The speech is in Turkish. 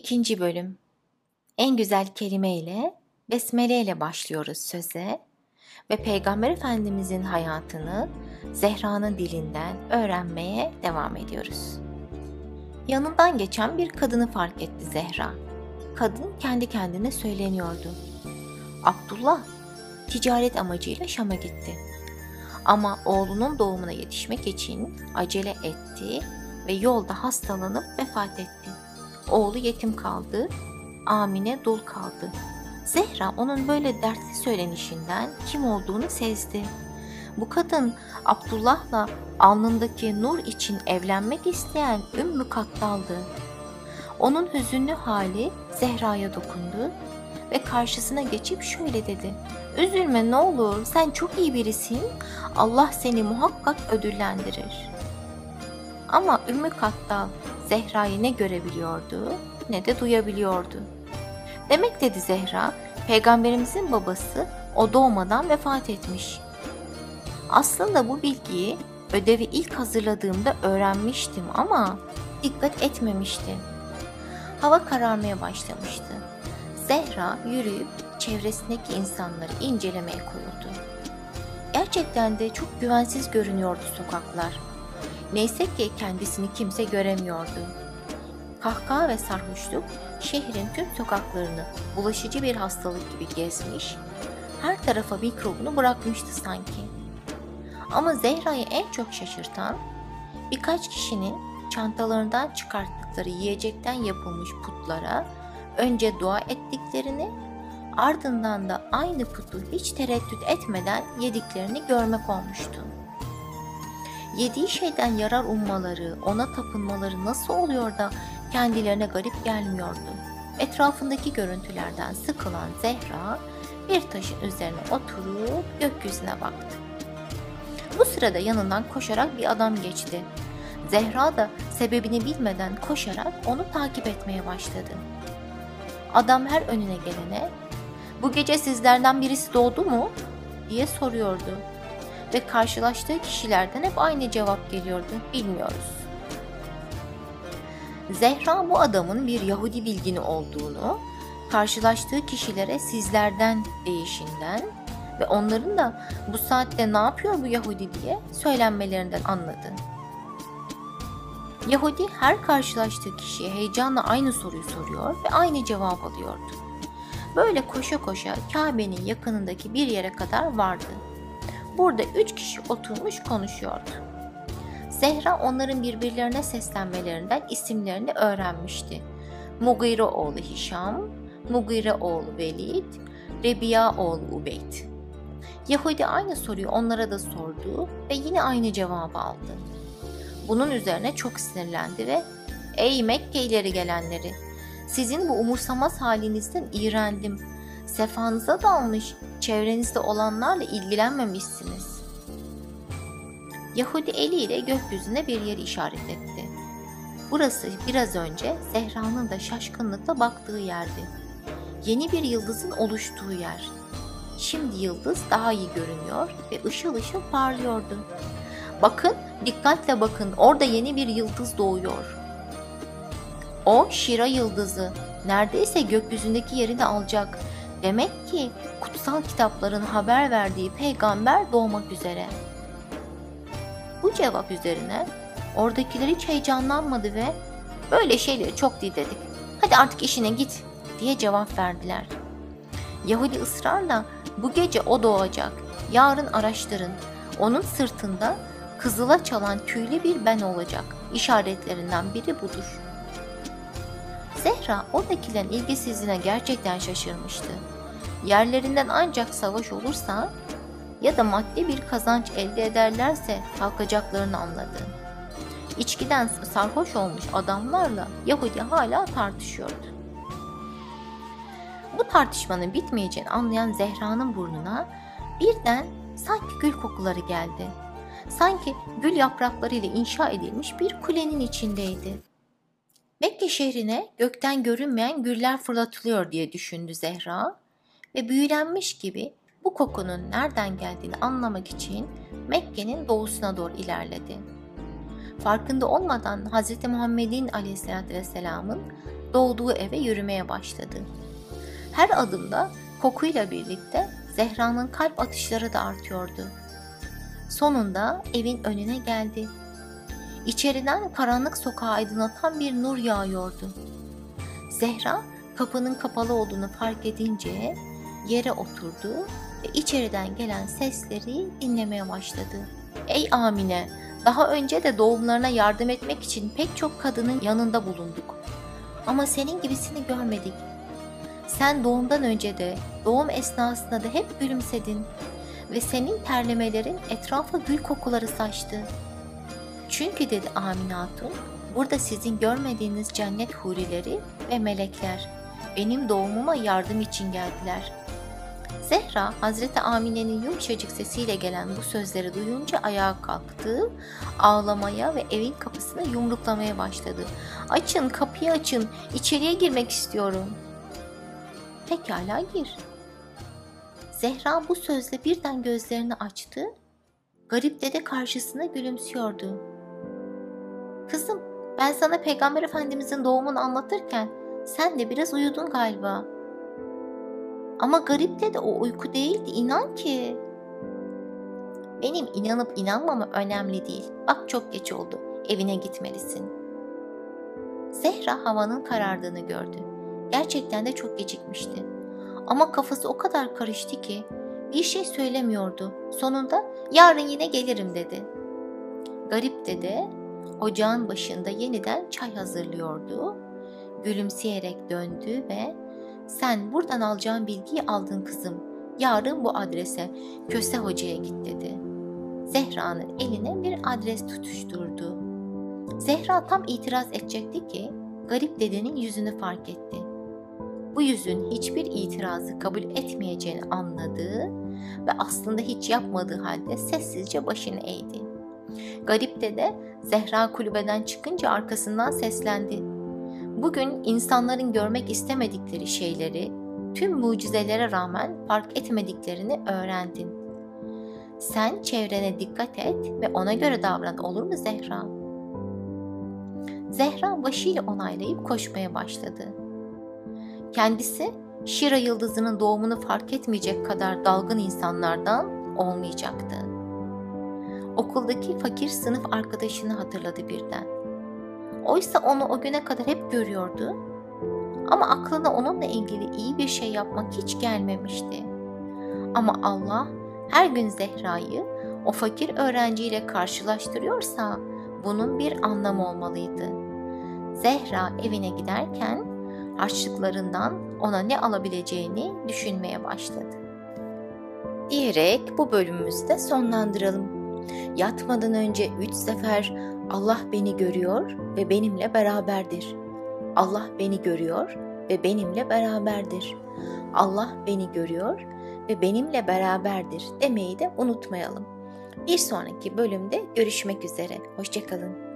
2. bölüm. En güzel kelimeyle, besmele ile başlıyoruz söze ve Peygamber Efendimizin hayatını Zehra'nın dilinden öğrenmeye devam ediyoruz. Yanından geçen bir kadını fark etti Zehra. Kadın kendi kendine söyleniyordu. Abdullah ticaret amacıyla Şam'a gitti. Ama oğlunun doğumuna yetişmek için acele etti ve yolda hastalanıp vefat etti. Oğlu yetim kaldı, Amine dul kaldı. Zehra onun böyle dertli söylenişinden kim olduğunu sezdi. Bu kadın Abdullah'la alnındaki nur için evlenmek isteyen Ümmü Kattal'dı. Onun hüzünlü hali Zehra'ya dokundu ve karşısına geçip şöyle dedi: "Üzülme ne olur, sen çok iyi birisin, Allah seni muhakkak ödüllendirir." Ama Ümmü Kattal Zehra'yı ne görebiliyordu ne de duyabiliyordu. "Demek," dedi Zehra, "Peygamberimizin babası o doğmadan vefat etmiş. Aslında bu bilgiyi ödevi ilk hazırladığımda öğrenmiştim ama dikkat etmemiştim." Hava kararmaya başlamıştı. Zehra yürüyüp çevresindeki insanları incelemeye koyuldu. Gerçekten de çok güvensiz görünüyordu sokaklar. Neyse ki kendisini kimse göremiyordu. Kahkaha ve sarhoşluk şehrin tüm sokaklarını bulaşıcı bir hastalık gibi gezmiş, her tarafa mikrobunu bırakmıştı sanki. Ama Zehra'yı en çok şaşırtan, birkaç kişinin çantalarından çıkarttıkları yiyecekten yapılmış putlara önce dua ettiklerini, ardından da aynı putu hiç tereddüt etmeden yediklerini görmek olmuştu. Yediği şeyden yarar ummaları, ona tapınmaları nasıl oluyor da kendilerine garip gelmiyordu. Etrafındaki görüntülerden sıkılan Zehra bir taşın üzerine oturup gökyüzüne baktı. Bu sırada yanından koşarak bir adam geçti. Zehra da sebebini bilmeden koşarak onu takip etmeye başladı. Adam her önüne gelene "Bu gece sizlerden birisi doğdu mu?" diye soruyordu. Ve karşılaştığı kişilerden hep aynı cevap geliyordu: "Bilmiyoruz." Zehra bu adamın bir Yahudi bilgini olduğunu, karşılaştığı kişilere "sizlerden" deyişinden ve onların da "bu saatte ne yapıyor bu Yahudi?" diye söylenmelerinden anladı. Yahudi her karşılaştığı kişiye heyecanla aynı soruyu soruyor ve aynı cevap alıyordu. Böyle koşa koşa Kabe'nin yakınındaki bir yere kadar vardı. Burada 3 kişi oturmuş konuşuyordu. Zehra onların birbirlerine seslenmelerinden isimlerini öğrenmişti. Mugire oğlu Hişam, Mugire oğlu Velid, Rebiya oğlu Ubeyd. Yahudi aynı soruyu onlara da sordu ve yine aynı cevabı aldı. Bunun üzerine çok sinirlendi ve "Ey Mekke ileri gelenleri, sizin bu umursamaz halinizden iğrendim. Sefanıza dalmış, çevrenizde olanlarla ilgilenmemişsiniz." Yahudi eliyle gökyüzüne bir yeri işaret etti. Burası biraz önce Zehra'nın da şaşkınlıkla baktığı yerdi. Yeni bir yıldızın oluştuğu yer. Şimdi yıldız daha iyi görünüyor ve ışıl ışıl parlıyordu. "Bakın, dikkatle bakın, orada yeni bir yıldız doğuyor. O Şira yıldızı, neredeyse gökyüzündeki yerini alacak. Demek ki kutsal kitapların haber verdiği peygamber doğmak üzere." Bu cevap üzerine oradakiler hiç heyecanlanmadı ve "Böyle şeyleri çok dinledik, hadi artık işine git" diye cevap verdiler. Yahudi ısrarla "Bu gece o doğacak, yarın araştırın, onun sırtında kızıla çalan tüylü bir ben olacak, işaretlerinden biri budur." Zehra oradakilerin ilgisizliğine gerçekten şaşırmıştı. Yerlerinden ancak savaş olursa ya da maddi bir kazanç elde ederlerse kalkacaklarını anladı. İçkiden sarhoş olmuş adamlarla Yahudi hala tartışıyordu. Bu tartışmanın bitmeyeceğini anlayan Zehra'nın burnuna birden sanki gül kokuları geldi. Sanki gül yapraklarıyla inşa edilmiş bir kulenin içindeydi. Mekke şehrine gökten görünmeyen güller fırlatılıyor diye düşündü Zehra ve büyülenmiş gibi bu kokunun nereden geldiğini anlamak için Mekke'nin doğusuna doğru ilerledi. farkında olmadan Hz. Muhammed'in aleyhissalatü vesselamın doğduğu eve yürümeye başladı. Her adımda kokuyla birlikte Zehra'nın kalp atışları da artıyordu. Sonunda evin önüne geldi. İçeriden karanlık sokağı aydınlatan bir nur yağıyordu. Zehra kapının kapalı olduğunu fark edince yere oturdu ve içeriden gelen sesleri dinlemeye başladı. Ey Amine, daha önce de doğumlarına yardım etmek için pek çok kadının yanında bulunduk. Ama senin gibisini görmedik. Sen doğumdan önce de, doğum esnasında da hep gülümsedin ve senin terlemelerin etrafa gül kokuları saçtı. Çünkü dedi Amine Hatun, burada sizin görmediğiniz cennet hurileri ve melekler benim doğumuma yardım için geldiler. Zehra, Hazreti Amine'nin yumuşacık sesiyle gelen bu sözleri duyunca ayağa kalktı, ağlamaya ve evin kapısını yumruklamaya başladı. Açın, kapıyı açın, içeriye girmek istiyorum. Pekala gir. Zehra bu sözle birden gözlerini açtı. Garip dede karşısına gülümsüyordu. Kızım, ben sana Peygamber Efendimizin doğumunu anlatırken sen de biraz uyudun galiba. Ama garip dede o uyku değildi, inan ki. Benim inanıp inanmamam önemli değil. Bak çok geç oldu, evine gitmelisin. Zehra havanın karardığını gördü. Gerçekten de çok gecikmişti. Ama kafası o kadar karıştı ki bir şey söylemiyordu. Sonunda yarın yine gelirim dedi. Garip dede ocağın başında yeniden çay hazırlıyordu. Gülümseyerek döndü ve sen buradan alacağın bilgiyi aldın kızım. Yarın bu adrese Köse Hoca'ya git dedi. Zehra'nın eline bir adres tutuşturdu. Zehra tam itiraz edecekti ki garip dedenin yüzünü fark etti. Bu yüzün hiçbir itirazı kabul etmeyeceğini anladı ve aslında hiç yapmadığı halde sessizce başını eğdi. Garip dede Zehra kulübeden çıkınca arkasından seslendi. Bugün insanların görmek istemedikleri şeyleri, tüm mucizelere rağmen fark etmediklerini öğrendin. Sen çevrene dikkat et ve ona göre davran, olur mu Zehra? Zehra başıyla onaylayıp koşmaya başladı. Kendisi Şira yıldızının doğumunu fark etmeyecek kadar dalgın insanlardan olmayacaktı. Okuldaki fakir sınıf arkadaşını hatırladı birden. Oysa onu o güne kadar hep görüyordu ama aklına onunla ilgili iyi bir şey yapmak hiç gelmemişti. Ama Allah her gün Zehra'yı o fakir öğrenciyle karşılaştırıyorsa bunun bir anlamı olmalıydı. Zehra evine giderken harçlıklarından ona ne alabileceğini düşünmeye başladı. Diyerek bu bölümümüzü de sonlandıralım. Yatmadan önce 3 sefer Allah beni görüyor ve benimle beraberdir. Allah beni görüyor ve benimle beraberdir. Allah beni görüyor ve benimle beraberdir demeyi de unutmayalım. Bir sonraki bölümde görüşmek üzere. Hoşça kalın.